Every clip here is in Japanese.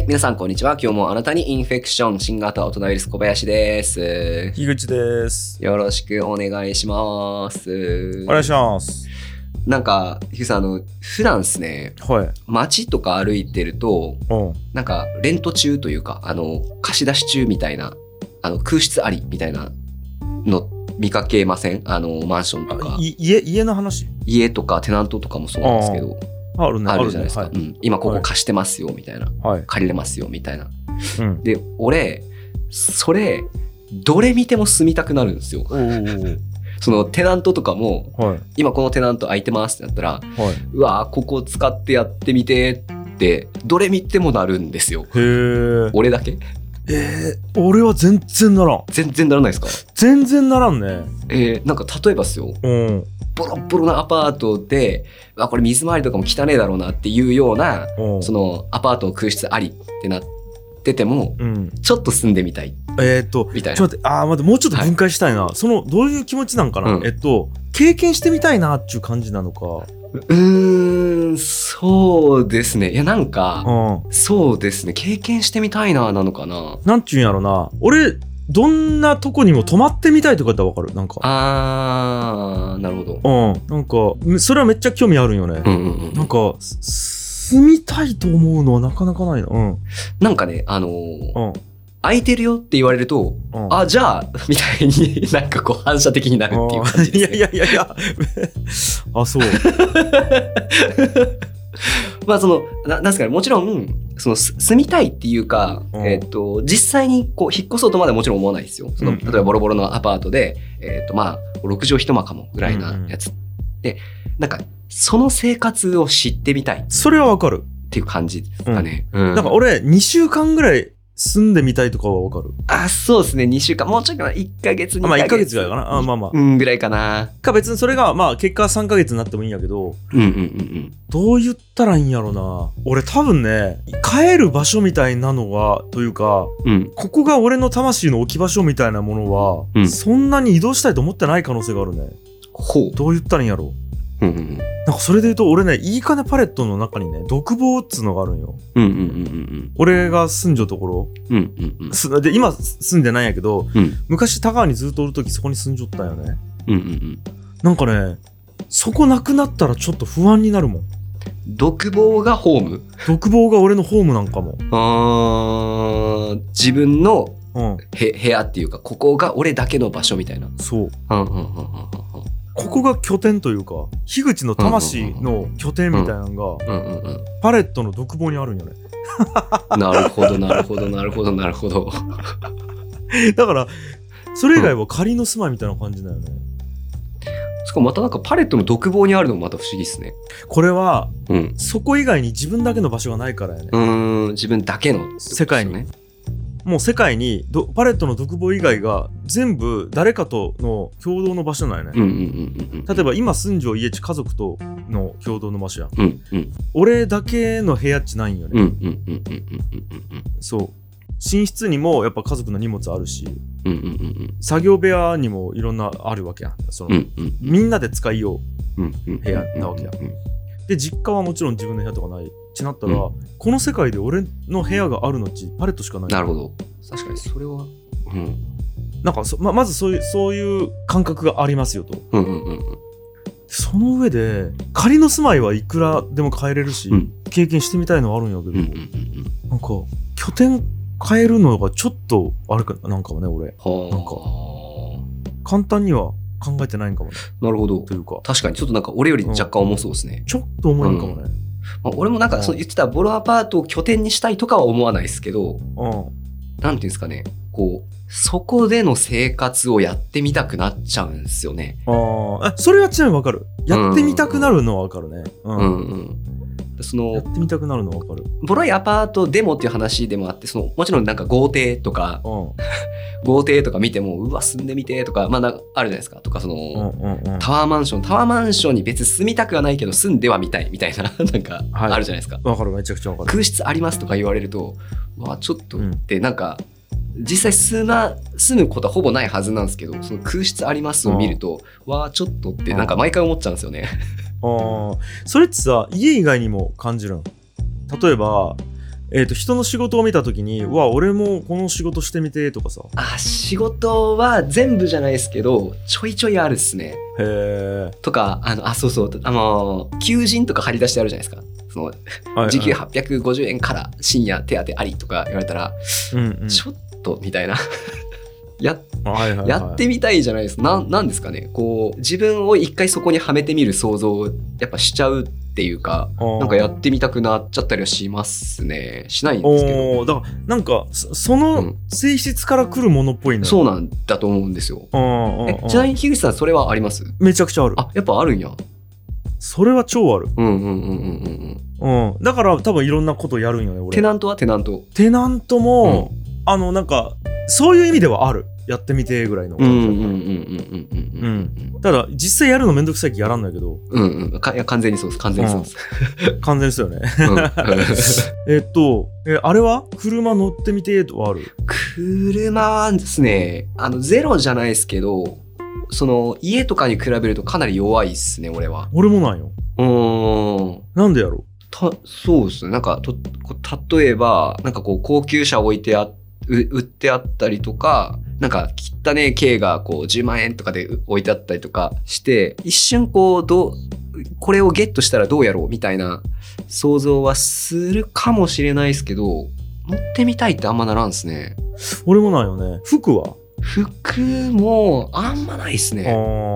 皆さんこんにちは。今日もあなたにインフェクション、新型大人ウイルス小林です。 樋口です。 よろしくお願いします。 お願いします。 なんか、樋口さん、普段ですね、 はい。 街とか歩いてると、なんか、レント中というか、貸し出し中みたいな、空室ありみたいなの見かけません？マンションとか。 家の話？ 家とかテナントとかもそうなんですけど。 あるね。 あるじゃないですか。 はい今ここ貸してますよみたいな、 はい、 借りれますよみたいな、 うん、 で俺それどれ見ても住みたくなるんですよ。そのテナントとかも、はい、今このテナント空いてますってなったら、はい、うわここ使ってやってみてってどれ見てもなるんですよ。 へー。 俺だけ？ 俺は全然ならん。 全然ならないですか？ 全然ならんね。 なんか例えばですよ、ボロボロなアパートでこれ水回りとかも汚ねえだろうなっていうようなそのアパート空室ありってなってても、ちょっと住んでみたいみたいな。 ちょっと待って、もうちょっと分解したいな、はい、そのどういう気持ちなんかな、経験してみたいなっていう感じなのか。 そうですね。いやなんか、そうですね、経験してみたいなのかな。 なんちゅうんやろな、俺どんなとこにも泊まってみたいとかってわかる？なんかなるほど。 なんかそれはめっちゃ興味あるんよね。なんか住みたいと思うのはなかなかないな。 なんかね、空いてるよって言われると、じゃあみたいになんかこう反射的になるっていう感じです、ね。 いやそうまあそのなんですかね、もちろんその住みたいっていうか、実際にこう引っ越そうとまではもちろん思わないですよ。その例えばボロボロのアパートで、まあ6畳一間かもぐらいなやつ、でなんかその生活を知ってみたい。 それはわかるっていう感じですかね。 なんか俺2週間ぐらい住んでみたいとかはわかる。 そうですね。2週間もうちょいかな。1ヶ月2ヶ月。 1ヶ月ぐらいかな。 ぐらいかな。 別にそれが結果3ヶ月になってもいいんやけど、どう言ったらいいんやろな。俺多分ね、帰る場所みたいなのはというか、ここが俺の魂の置き場所みたいなものは、そんなに移動したいと思ってない可能性があるね。どう言ったらいいんやろ。なんかそれで言うと俺ね、いいかねパレットの中にね、独房っつうのがあるんよ。俺が住んじゃうところ、で今住んでないんやけど、昔田川にずっとおるときそこに住んじゃったよね。なんかね、そこなくなったらちょっと不安になるもん。 独房がホーム？ 独房が俺のホームなんかも。 自分の部屋っていうか、ここが俺だけの場所みたいな。 そう。ここが拠点というか、樋口の魂の拠点みたいなのが、パレットの独房にあるんよね。 なるほど。 だから、それ以外は仮の住まいみたいな感じだよね。 しかもまたなんかパレットの独房にあるのもまた不思議ですね。 これは、そこ以外に自分だけの場所がないからやね。 自分だけの、 世界に。もう世界にパレットの独房以外が全部誰かとの共同の場所なんよね。例えば今住んじょう家地家族との共同の場所や、俺だけの部屋っちないんよね。そう、寝室にもやっぱ家族の荷物あるし、作業部屋にもいろんなあるわけやん。みんなで使いよう部屋なわけや。で実家はもちろん自分の部屋とかないってなったら、この世界で俺の部屋があるのちパレットしかない。 なるほど。確かにそれは、 なんかまずそういう感覚がありますよと。その上で仮の住まいはいくらでも変えれるし、経験してみたいのはあるんやけど、なんか拠点変えるのがちょっとあるかなんかもね、俺なんか簡単には考えてないんかもね。 なるほど。 というか確かにちょっとなんか俺より若干重そうですね。 ちょっと重いんかもね。 俺もなんかその言ってたボロアパートを拠点にしたいとかは思わないですけど、なんていうんですかね、こうそこでの生活をやってみたくなっちゃうんですよね。 それはちなみに分かる。やってみたくなるのは分かるね。やってみたくなるの分かる。 ボロいアパートでもっていう話でもあって、もちろんなんか豪邸とか、豪邸とか見てもうわ住んでみてとか、なんかあるじゃないですか。とかタワーマンションに別に住みたくはないけど住んではみたいみたいななんかあるじゃないですか。 分かる、めちゃくちゃ分かる。 空室ありますとか言われると、ちょっとってなんか実際住むことはほぼないはずなんですけど、その空室ありますを見ると、ちょっとってなんか毎回思っちゃうんですよね。 それってさ、家以外にも感じるん？例えば人の仕事を見た時に、うわ俺もこの仕事してみてとかさ。 仕事は全部じゃないですけどちょいちょいあるっすね。 へー。 とかそうそう求人とか張り出してあるじゃないですか。その時給850円から深夜手当ありとか言われたら、ちょっとみたいなやってみたいじゃないですか。なんですかね、こう自分を一回そこにはめてみる想像をやっぱしちゃうっていうか、なんかやってみたくなっちゃったりはしますね。しないんですけど。 だからなんかその性質から来るものっぽいね。 そうなんだと思うんですよ。ちなみに樋口さんそれはあります？ めちゃくちゃある。 やっぱあるんや。 それは超ある。だから多分いろんなことやるんよね俺。テナントも、なんかそういう意味ではある。やってみてぐらいの感じ。ただ実際やるのめんどくさい気やらんないけど。 いや完全にそうです。完全にそうです。 完全ですよね。あれは車乗ってみてはある？ 車はですね、ゼロじゃないですけど、その家とかに比べるとかなり弱いっすね俺は。 俺もなんよ。なんでやろう。 そうですね。なんか例えばなんかこう高級車置いて売ってあったりとか、なんか汚ね軽がこう10万円とかで置いてあったりとかして、一瞬こうこれをゲットしたらどうやろうみたいな想像はするかもしれないですけど、乗ってみたいってあんまならんですね。 俺もないよね。服もあんまないですね。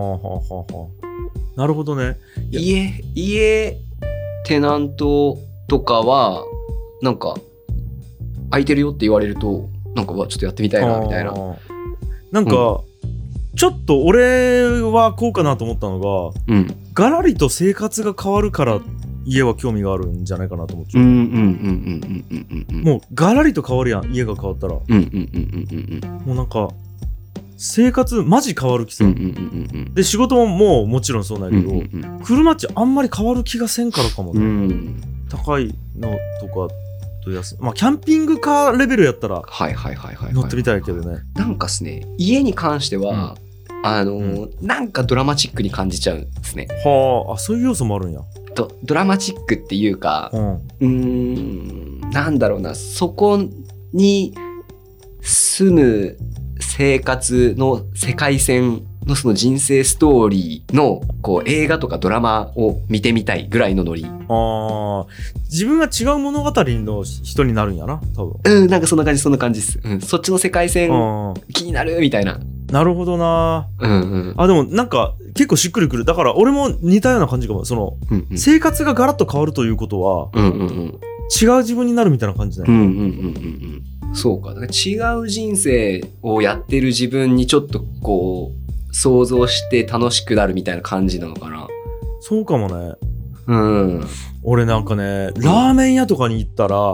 なるほどね。 家テナントとかはなんか空いてるよって言われるとなんかちょっとやってみたいなみたいな。 なんか、ちょっと俺はこうかなと思ったのが、ガラリと生活が変わるから家は興味があるんじゃないかなと思っちゃう。もうガラリと変わるやん、家が変わったら。もうなんか生活マジ変わる気さ。で仕事ももちろんそうなんやけど、車っちあんまり変わる気がせんからかもね。高いのとかキャンピングカーレベルやったら乗ってみたいけどね。 なんかですね、家に関しては、なんかドラマチックに感じちゃうんですね。 そういう要素もあるんや。 ドラマチックっていうか、なんだろうな、そこに住む生活の世界線のその人生ストーリーのこう映画とかドラマを見てみたいぐらいのノリ。 自分が違う物語の人になるんやな多分。 なんかそんな感じです。そっちの世界線気になるみたいな。 なるほどな。でもなんか結構しっくりくる。だから俺も似たような感じかも。その、生活がガラッと変わるということは、違う自分になるみたいな感じだよね。 そうか。だから違う人生をやってる自分にちょっとこう想像して楽しくなるみたいな感じなのかな。 そうかもね。俺なんかね、ラーメン屋とかに行ったら、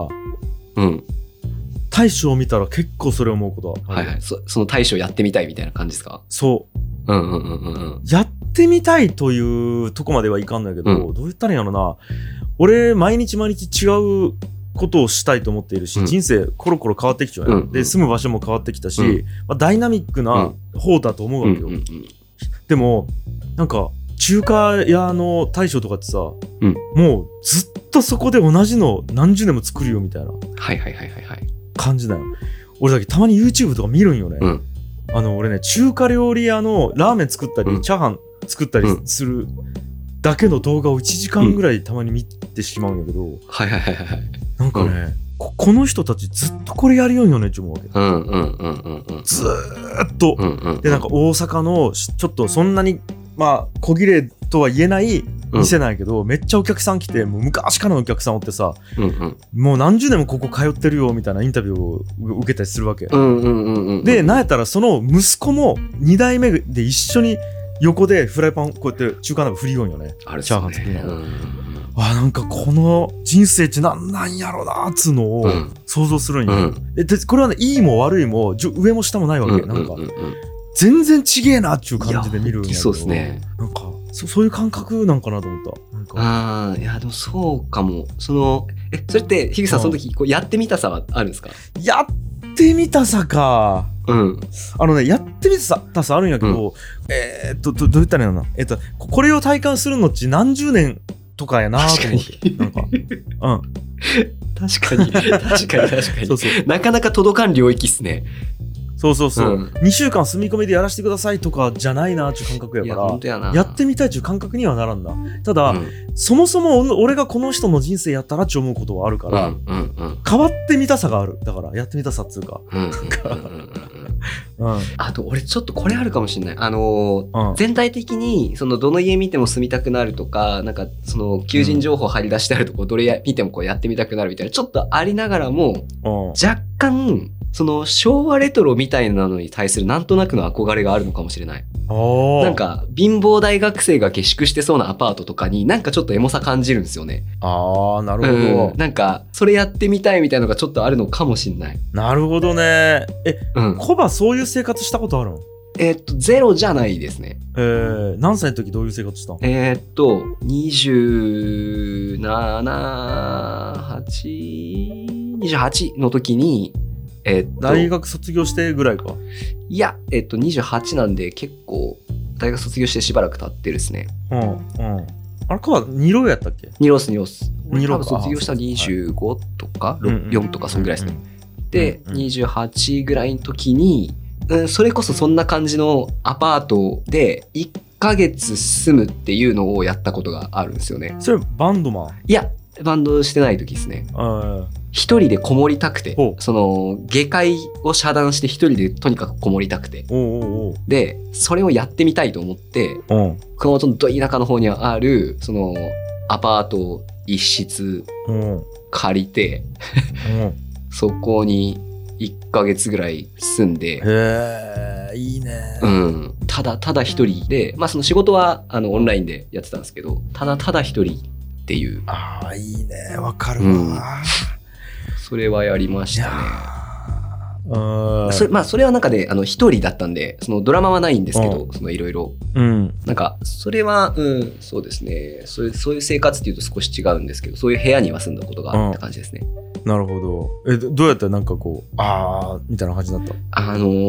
大将見たら結構それ思うことは。 その大将やってみたいみたいな感じですか？ そう。やってみたいというとこまではいかんないけど、どう言ったらいいんやろな。俺毎日違うことをしたいと思っているし、人生コロコロ変わってきちゃうよ、で住む場所も変わってきたし、ダイナミックな方だと思うわけよ、でもなんか中華屋の大将とかってさ、もうずっとそこで同じの何十年も作るよみたいな感じだよ。俺だけたまに YouTube とか見るんよね、俺ね中華料理屋のラーメン作ったり、チャーハン作ったりするだけの動画を1時間ぐらいたまに見てしまうんやけど、なんかね、この人たちずっとこれやるようよねって思うわけ。ずーっと、でなんか大阪のちょっとそんなに小切れとは言えない店なんやけど、めっちゃお客さん来て、もう昔からのお客さんおってさ、もう何十年もここ通ってるよみたいなインタビューを受けたりするわけ。でなんやったらその息子も2代目で一緒に横でフライパンこうやって中華鍋振りよんよね。チャーハン作りながら。なんかこの人生ってなんやろなーっつうのを想像するんよ。でこれはね、いいも悪いも上も下もないわけ。なんか全然ちげえなっていう感じで見るんやけど、 そうですね。 なんかそういう感覚なんかなと思った。なんかいやでもそうかも。それって樋口さんその時こうやってみたさはあるんですか？ やってみたさか。やってみたさあるんやけど、どう言ったらいいのかな。これを体感するのっち何十年とかやなと思って。なんか、 確かにそうそう。 なかなか届かん領域っすね。 そう、2週間住み込みでやらせてくださいとかじゃないなっていう感覚やから、やってみたいっていう感覚にはならんな。ただ、そもそも俺がこの人の人生やったらって思うことはあるから、変わってみたさがある。だからやってみたさっつうか。 あと俺ちょっとこれあるかもしれない。全体的にそのどの家見ても住みたくなるとか、なんかその求人情報張り出してあるとこどれ見てもこうやってみたくなるみたいなちょっとありながらも、若干その昭和レトロみたいなのに対するなんとなくの憧れがあるのかもしれない。なんか貧乏大学生が下宿してそうなアパートとかになんかちょっとエモさ感じるんですよね。 なるほど、 なんかそれやってみたいみたいなのがちょっとあるのかもしれない。 なるほどね。コバそういう生活したことあるの？ ゼロじゃないですね。 何歳の時どういう生活したの ？27、28の時に大学卒業してぐらいか。 いや、28なんで結構大学卒業してしばらく経ってるですね。 あれかは2浪やったっけ ？2浪っす。多分卒業した25とか4とかそんぐらいですね。で、28ぐらいの時に、それこそそんな感じのアパートで1ヶ月住むっていうのをやったことがあるんですよね。 それバンドマン？ いや、バンドしてない時ですね。一人でこもりたくて、その下界を遮断して一人でとにかくこもりたくて、でそれをやってみたいと思って、熊本のど田舎の方にあるそのアパート一室借りて、そこに1ヶ月ぐらい住んで、 いいね。 ただ一人で、まあその仕事はオンラインでやってたんですけど、ただ一人っていう。 いいね、わかるわ。 それはやりましたね。それはなんかで一人だったんで、そのドラマはないんですけど、そのいろいろなんかそれはそうですね。そういう生活っていうと少し違うんですけど、そういう部屋には住んだことがあるって感じですね。 なるほど。どうやったらなんかこうみたいな感じだった？なんてい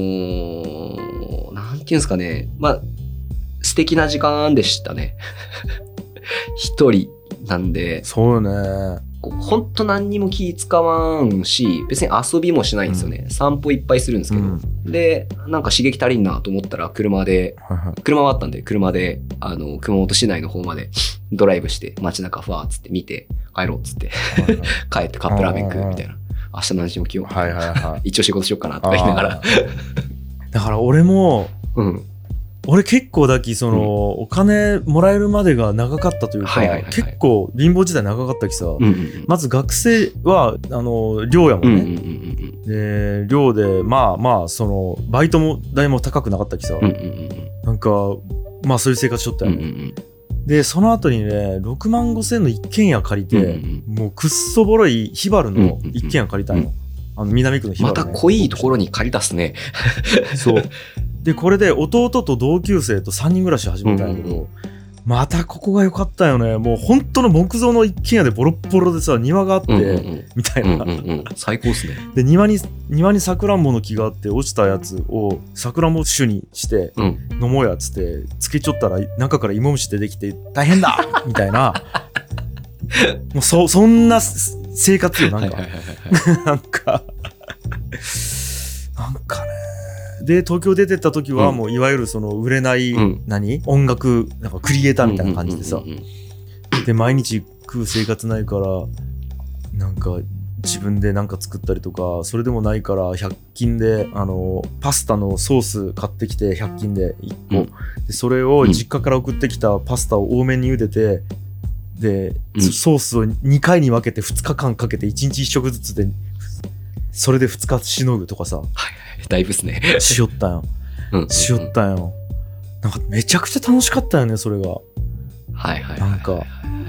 うんですかね。まあ素敵な時間でしたね。一人なんで。 そうよね。 ほんと何にも気使わんし、別に遊びもしないんですよね。散歩いっぱいするんですけど、でなんか刺激足りんなと思ったら車はあったんで車で熊本市内の方までドライブして街中ファーっつって見て帰ろうっつって帰ってカップラーメン食うみたいな。明日何時も起きよう、一応仕事しようかなとか言いながらだから俺も、俺結構お金もらえるまでが長かったというか、結構貧乏時代長かったきさ、まず学生は寮やもんね、で寮でまあそのバイトも代も高くなかったきさ、なんかまあそういう生活しとったよね、でその後にね6万5千の一軒家借りて、もうくっそぼろいヒバルの一軒家借りたんよ、南区のヒバル、 また濃いところに借り出すね。 そうでこれで弟と同級生と3人暮らし始めたんやけど、またここが良かったよね。もう本当の木造の一軒家でボロッボロでさ、庭があって、みたいな、 最高っすね。 で庭にさくらんぼの木があって、落ちたやつをさくらんぼ酒にして飲もうやっつってつけちょったら中から芋虫出てきて大変だみたいなもうそんな生活よ。なんかなんかね。で東京出てった時はもういわゆるその売れない、音楽なんかクリエイターみたいな感じでさ、で毎日食う生活ないからなんか自分でなんか作ったりとか、それでもないから100均でパスタのソース買ってきて100均で1個、でそれを実家から送ってきたパスタを多めに茹でて、で、ソースを2回に分けて2日間かけて1日1食ずつでそれで2日しのぐとかさ、 だいぶっすね。 しよったよ。なんかめちゃくちゃ楽しかったよね、それが。なんか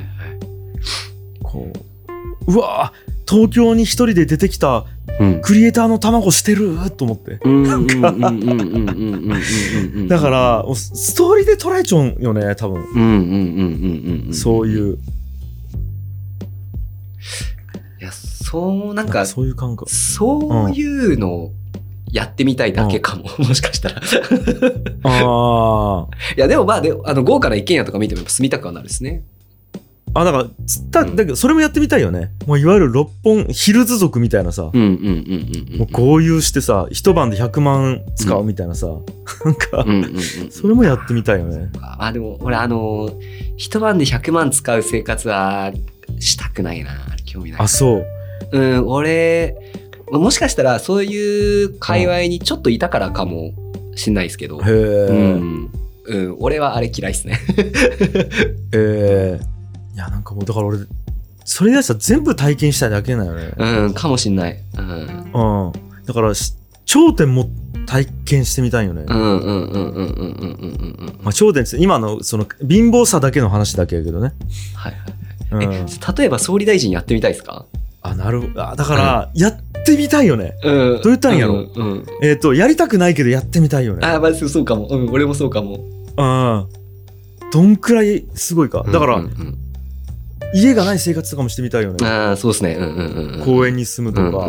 こうわ東京に一人で出てきたクリエイターの卵してると思って、だからストーリーで捉えちゃうんよね、多分。そういうなんかそういう感覚、 そういうのをやってみたいだけかも、もしかしたら。いやでもまあ豪華な一軒家とか見ても住みたくはなるですね。 だからだけどそれもやってみたいよね。もういわゆる六本ヒルズ族みたいなさ、もう豪遊してさ一晩で100万使うみたいなさ、なんかそれもやってみたいよね。 でも俺一晩で100万使う生活はしたくないな。興味ない。 あ、そう。 俺もしかしたらそういう界隈にちょっといたからかもしんないですけど、俺はあれ嫌いっすね。 いやなんかもうだから俺それでしたら全部体験したいだけだよね。 かもしんない。 だから頂点も体験してみたいよね。頂点って今のその貧乏さだけの話だけやけどね。 はいはい。例えば総理大臣やってみたいですか？ なるほど。だからやってみたいよね。どう言ったらいいんやろ。やりたくないけどやってみたいよね。 そうかも。俺もそうかも。 どんくらいすごいか。だから、家がない生活とかもしてみたいよね。 そうですね。 公園に住むとか。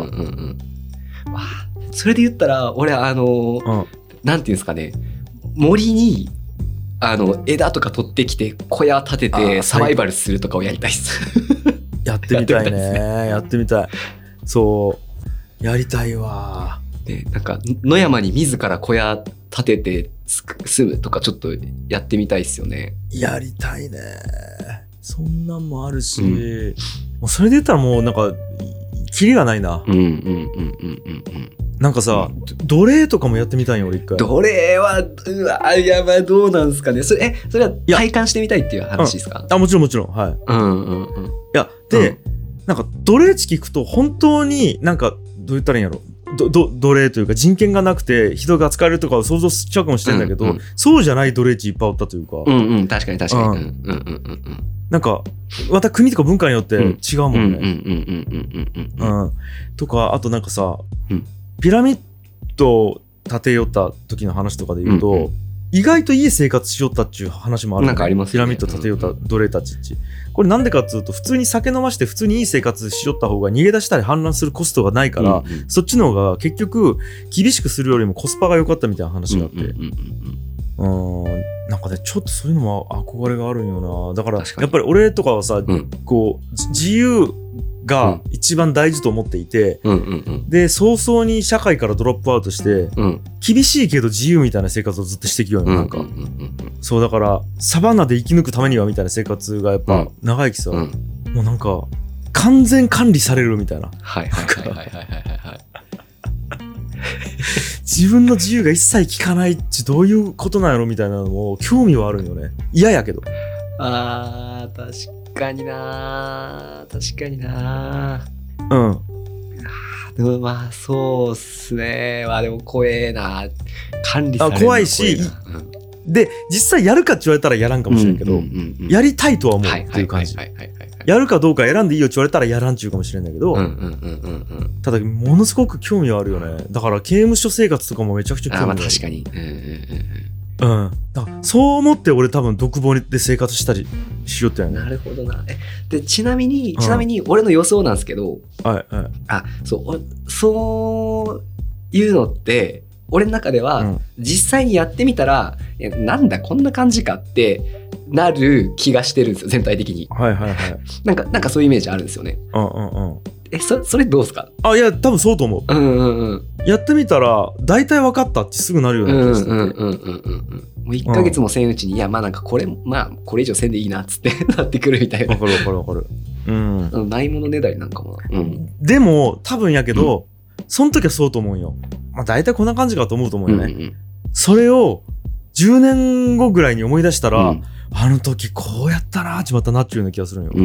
それで言ったら俺なんていうんですかね、森に枝とか取ってきて小屋建ててサバイバルするとかをやりたいっす。 やってみたいね。やってみたい。そうやりたいわ。 でなんか野山に自ら小屋建てて住むとかちょっとやってみたいっすよね。 やりたいね。そんなんもあるし、もうそれで言ったらもうなんかキリがないな。なんかさ、奴隷とかもやってみたいよ俺一回。 奴隷はどうなんすかね。それは体感してみたいっていう話ですか？ もちろんはい。いやで、なんか奴隷地聞くと本当になんかどう言ったらいいんやろ。奴隷というか人権がなくて人が扱われるとかを想像しちゃうかもしれないんだけど、そうじゃない奴隷地いっぱいおったというか。 確かに。 なんかまた国とか文化によって違うもんね。とかあとなんかさ、ピラミッドを建てよった時の話とかで言うと、意外といい生活しよったっていう話もある。 なんかありますね。 ピラミッド建てよった奴隷たちっち。これなんでかっていうと普通に酒飲まして普通にいい生活しよった方が逃げ出したり反乱するコストがないから、そっちの方が結局厳しくするよりもコスパが良かったみたいな話があって、なんかねちょっとそういうのも憧れがあるんよな。だからやっぱり俺とかはさ、こう自由が一番大事と思っていて、で早々に社会からドロップアウトして、厳しいけど自由みたいな生活をずっとしてきようよ。なんかそうだからサバンナで生き抜くためにはみたいな生活がやっぱ長生きさ、もうなんか完全管理されるみたいな。自分の自由が一切効かないってどういうことなんやろみたいなのも興味はあるんよね。嫌やけど。確かにな。 でもそうっすね。でも怖えな。管理されるの怖いし、で実際やるかって言われたらやらんかもしれんけど、やりたいとは思うっていう感じ。やるかどうか選んでいいよって言われたらやらんちゅうかもしれんだけど、ただものすごく興味はあるよね。だから刑務所生活とかもめちゃくちゃ興味ある。 確かに。 だからそう思って俺多分独房で生活したりしよったよね。 なるほどな。でちなみに俺の予想なんですけど、そういうのって俺の中では、実際にやってみたらなんだこんな感じかってなる気がしてるんですよ全体的に。なんかそういうイメージあるんですよね。それどうですか？ いや多分そうと思う。やってみたら大体分かったってすぐなるような気がしてて、もう1ヶ月もせんうちにいやなんかこれ以上せんでいいなっつってなってくるみたいな。わかる。ないものねだりなんかもな。 でも多分やけど、その時はそうと思うよ。大体こんな感じかと思うと思うよね。それを10年後ぐらいに思い出したら、あの時こうやったなーってまたなっちゅうような気がするんよ。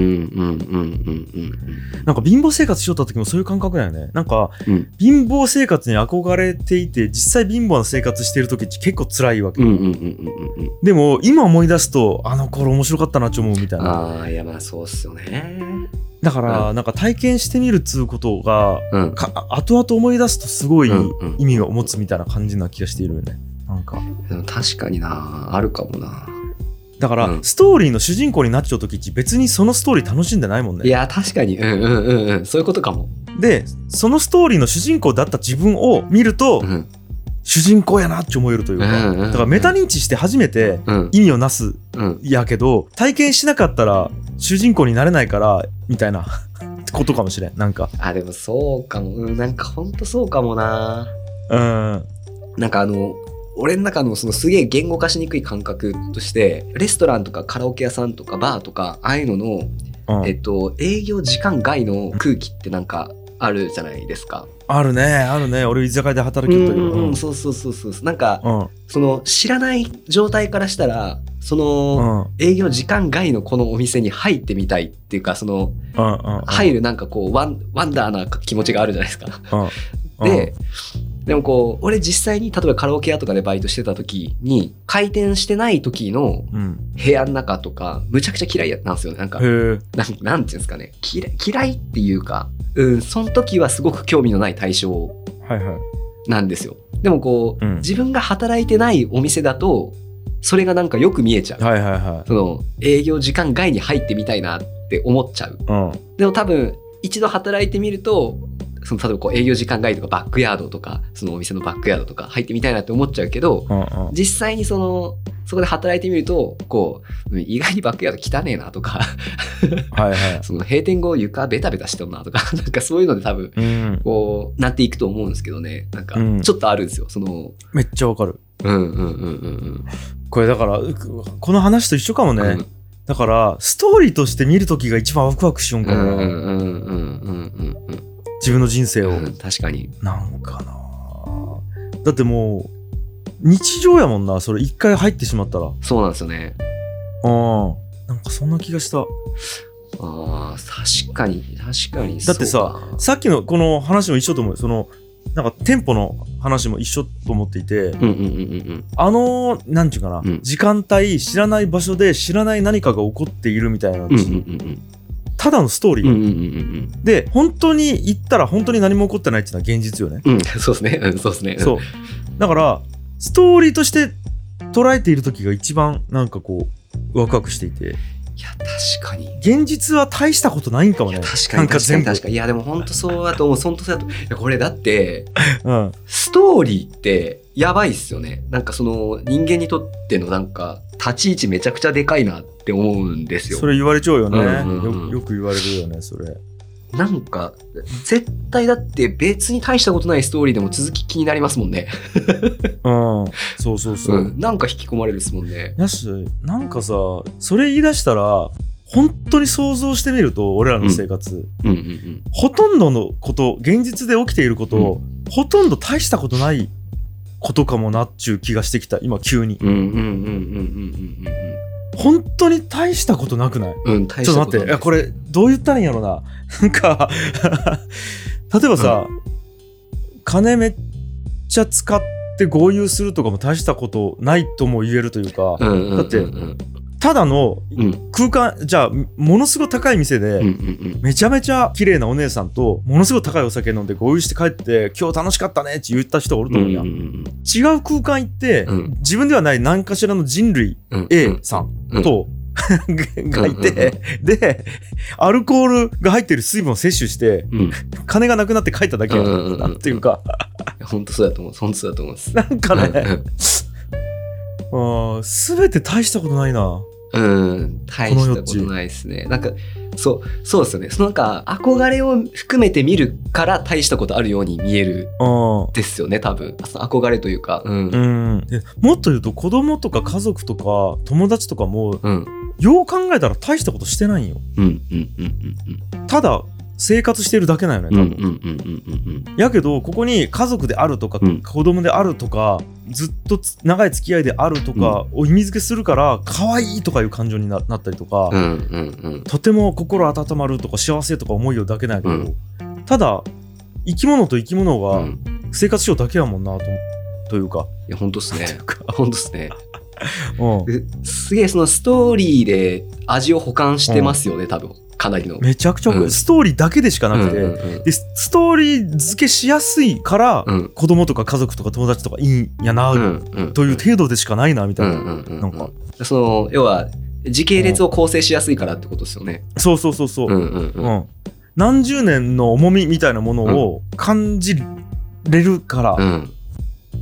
なんか貧乏生活しよった時もそういう感覚だよね。なんか、貧乏生活に憧れていて実際貧乏な生活してる時って結構辛いわけ。でも今思い出すとあの頃面白かったなって思うみたいな。 いやそうっすよね。 だからなんか体験してみるっつうことが、後々思い出すとすごい意味を持つみたいな感じな気がしているよね。なんか確かにな、あるかもな。 だから、ストーリーの主人公になっちゃう時って別にそのストーリー楽しんでないもんね。 いや確かにそういうことかも。 でそのストーリーの主人公だった自分を見ると、 主人公やなって思えるというか、だからメタ認知して初めて意味をなすやけど、体験しなかったら主人公になれないからみたいなことかもしれん。なんかでもそうかも、なんかほんとそうかもな。なんか俺の中のそのすげえ言語化しにくい感覚として、レストランとかカラオケ屋さんとかバーとかああいうのの、営業時間外の空気ってなんかあるじゃないですか。 あるね。俺居酒屋で働きよったけど、 そうなんか、その知らない状態からしたらその、営業時間外のこのお店に入ってみたいっていうか、その、入るなんかこうワンダーな気持ちがあるじゃないですか。でもこう俺実際に例えばカラオケ屋とかでバイトしてた時に開店してない時の部屋の中とかむちゃくちゃ嫌いなんですよね。なんかなんていうんですかね、嫌いっていうか、その時はすごく興味のない対象なんですよ。でもこう、自分が働いてないお店だとそれがなんかよく見えちゃう。その営業時間外に入ってみたいなって思っちゃう。でも多分一度働いてみると、その例えばこう営業時間外とかバックヤードとかそのお店のバックヤードとか入ってみたいなって思っちゃうけど、実際にそこで働いてみるとこう意外にバックヤード汚ねえなとかその閉店後床ベタベタしてるなとかなんかそういうので多分こうなっていくと思うんですけどね。なんかちょっとあるんですよ。そのめっちゃわかる。これだからこの話と一緒かもね。だからストーリーとして見るときが一番ワクワクしよんかな。自分の人生を、 確かになんかな。だってもう日常やもんな、それ一回入ってしまったら。 そうなんですよね。 なんかそんな気がした。 確かにだってさっきのこの話も一緒と思う。そのなんか店舗の話も一緒と思っていて、なんていうかな、時間帯知らない場所で知らない何かが起こっているみたいな、ただのストーリー、で本当に行ったら本当に何も起こってないっていうのは現実よね。 そうですね。そうですね。 そうだからストーリーとして捉えている時が一番なんかこうワクワクしていて。 いや確かに現実は大したことないんかもね。 確かにいやでも本当そうだと思う。本当そうだと。いやこれだって、ストーリーってやばいっすよね。なんかその人間にとってのなんか立ち位置めちゃくちゃでかいなって思うんですよ。 それ言われちゃうよね。よく言われるよねそれ。 なんか絶対だって別に大したことないストーリーでも続き気になりますもんね。 そう、 なんか引き込まれるですもんね。 やしなんかさそれ言い出したら本当に想像してみると俺らの生活、ほとんどのこと現実で起きていること、ほとんど大したことないことかもなっちゅう気がしてきた今急に。本当に大したことなくない？ちょっと待って、これどう言ったらいいんやろな。なんか例えばさ、金めっちゃ使って豪遊するとかも大したことないとも言えるというか、だってただの空間、じゃあものすごい高い店でめちゃめちゃ綺麗なお姉さんとものすごい高いお酒飲んで豪遊して帰って今日楽しかったねって言った人おると思うやん。違う空間行って自分ではない何かしらの人類 A さんとがいて、でアルコールが入ってる水分を摂取して、金がなくなって帰っただけやんっていうか本当そうだと思う。本当そうだと思います。 なんかね全て大したことないな。 大したことないですね。なんかそうですよね。そのなんか憧れを含めて見るから大したことあるように見えるですよね。多分その憧れというか、 でもっと言うと子供とか家族とか友達とかも、よう考えたら大したことしてないんよ。ただ生活してるだけなんよね多分。やけどここに家族であるとか、子供であるとかずっと長い付き合いであるとかを意味付けするから可愛いとかいう感情に なったりとか、とても心温まるとか幸せとか思いようだけなんやけど、ただ生き物と生き物が生活しようだけやもんなというか。 いや本当っすね。本当っすね。すげえそのストーリーで味を補完してますよね多分。かなりのめちゃくちゃ、ストーリーだけでしかなくて、でストーリー付けしやすいから、子供とか家族とか友達とかいいんやな、という程度でしかないなみたいな。なんかその要は時系列を構成しやすいからってことですよね。 そう。何十年の重みみたいなものを感じれるから、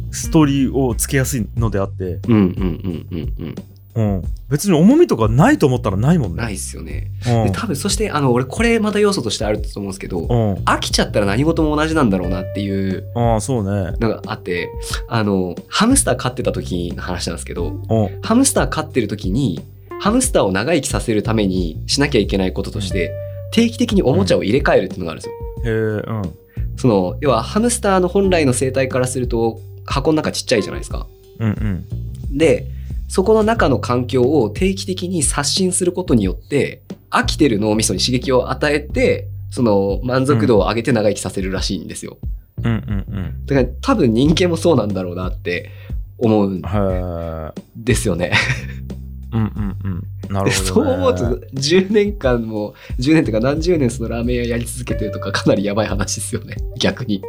ストーリーをつけやすいのであって、 うんうんうんうんうん。 うん、別に重みとかないと思ったらないもんね。 ないっすよね。で多分そして俺これまた要素としてあると思うんですけど、飽きちゃったら何事も同じなんだろうなっていうそうねのがあって、ハムスター飼ってた時の話なんですけど、ハムスター飼ってる時にハムスターを長生きさせるためにしなきゃいけないこととして、定期的におもちゃを入れ替えるっていうのがあるんですよ。その要はハムスターの本来の生態からすると箱の中ちっちゃいじゃないですか。でそこの中の環境を定期的に刷新することによって飽きてる脳みそに刺激を与えて、その満足度を上げて長生きさせるらしいんですよ。だから多分人間もそうなんだろうなって思うんですよね。 なるほどね。 そう思うと10年間も10年というか何十年そのラーメン屋やり続けてるとかかなりやばい話ですよね、逆に。い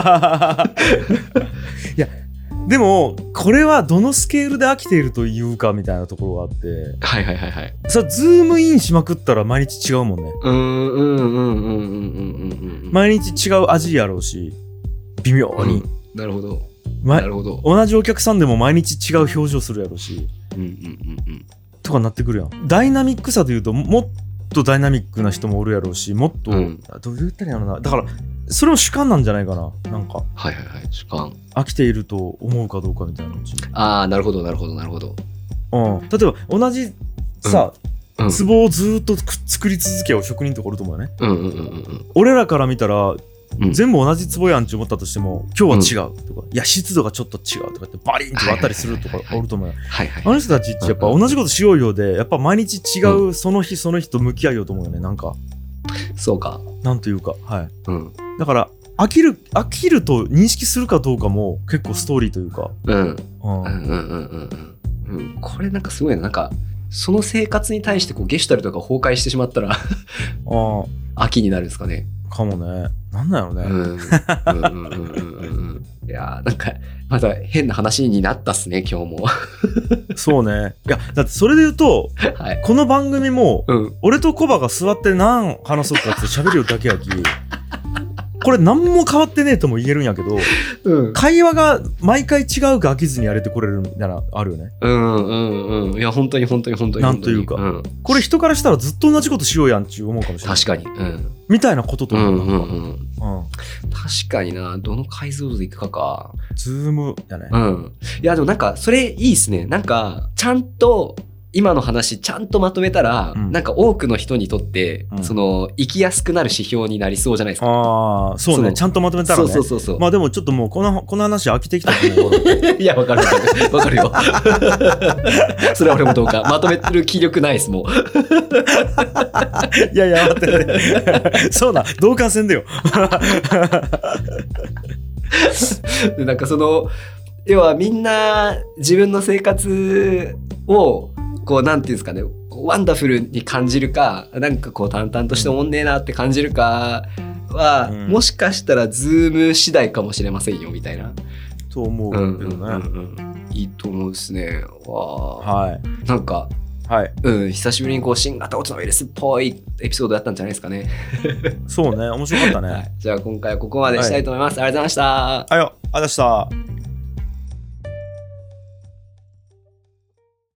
やでもこれはどのスケールで飽きているというかみたいなところがあって、さズームインしまくったら毎日違うもんね。毎日違う味やろうし、微妙に、 なるほど、 なるほど。同じお客さんでも毎日違う表情するやろうし、とかなってくるやん。ダイナミックさでいうともっとダイナミックな人もおるやろうし、もっと、どう言ったらいいのな。だからそれも主観なんじゃないかな。なんか主観、 飽きていると思うかどうかみたいな。なるほどなるほどなるほど。 例えば同じさ、壺をずっと作り続けよう職人とかおると思うよね。俺らから見たら全部同じ壺やんって思ったとしても、今日は違うとか、いや湿度がちょっと違うとかってバリンって割ったりするとかおると思うよ。あの人たちってやっぱ同じことしようようで、やっぱ毎日違うその日その日と向き合いようと思うよね。なんかそうか、 なんというか、だから飽きると認識するかどうかも結構ストーリーというか、 これなんかすごいな。なんかその生活に対してこうゲシュタルトが崩壊してしまったら秋になるんですかね。 かもね。なんだろうね。 いやなんかまた変な話になったっすね今日も。 そうね。いやだってそれで言うと、この番組も、俺とコバが座って何話そうかって喋るよだけやき。これ何も変わってねえとも言えるんやけど、会話が毎回違うか飽きずにやれてこれるみたいなあるよね。 いや本当になんというか、これ人からしたらずっと同じことしようやんって思うかもしれない。 確かに、 みたいなことと思う。 確かにな。どの解像度でいくか。 ズームやね。 いやでもなんかそれいいっすね。なんかちゃんと今の話ちゃんとまとめたら、なんか多くの人にとって、その生きやすくなる指標になりそうじゃないですか。 そうね。ちゃんとまとめたらね。 そう。 まあでもちょっともうこの話飽きてきたと思う。 いやわかるよ。それは俺もどうかまとめてる気力ないですもん。 いや待って。そうな、同感せんでよ。 でなんかその要はみんな自分の生活をこうなんていうんですかね、ワンダフルに感じるか、なんかこう淡々としておもんねえなって感じるかは、もしかしたらズーム次第かもしれませんよみたいな。 と思うけどね。 いいと思うですね。なんか、久しぶりにこう新型オトナウイルスっぽいエピソードだったんじゃないですかね。 そうね、面白かったね。 じゃあ今回はここまでしたいと思います。ありがとうございました。 ありがとうございました。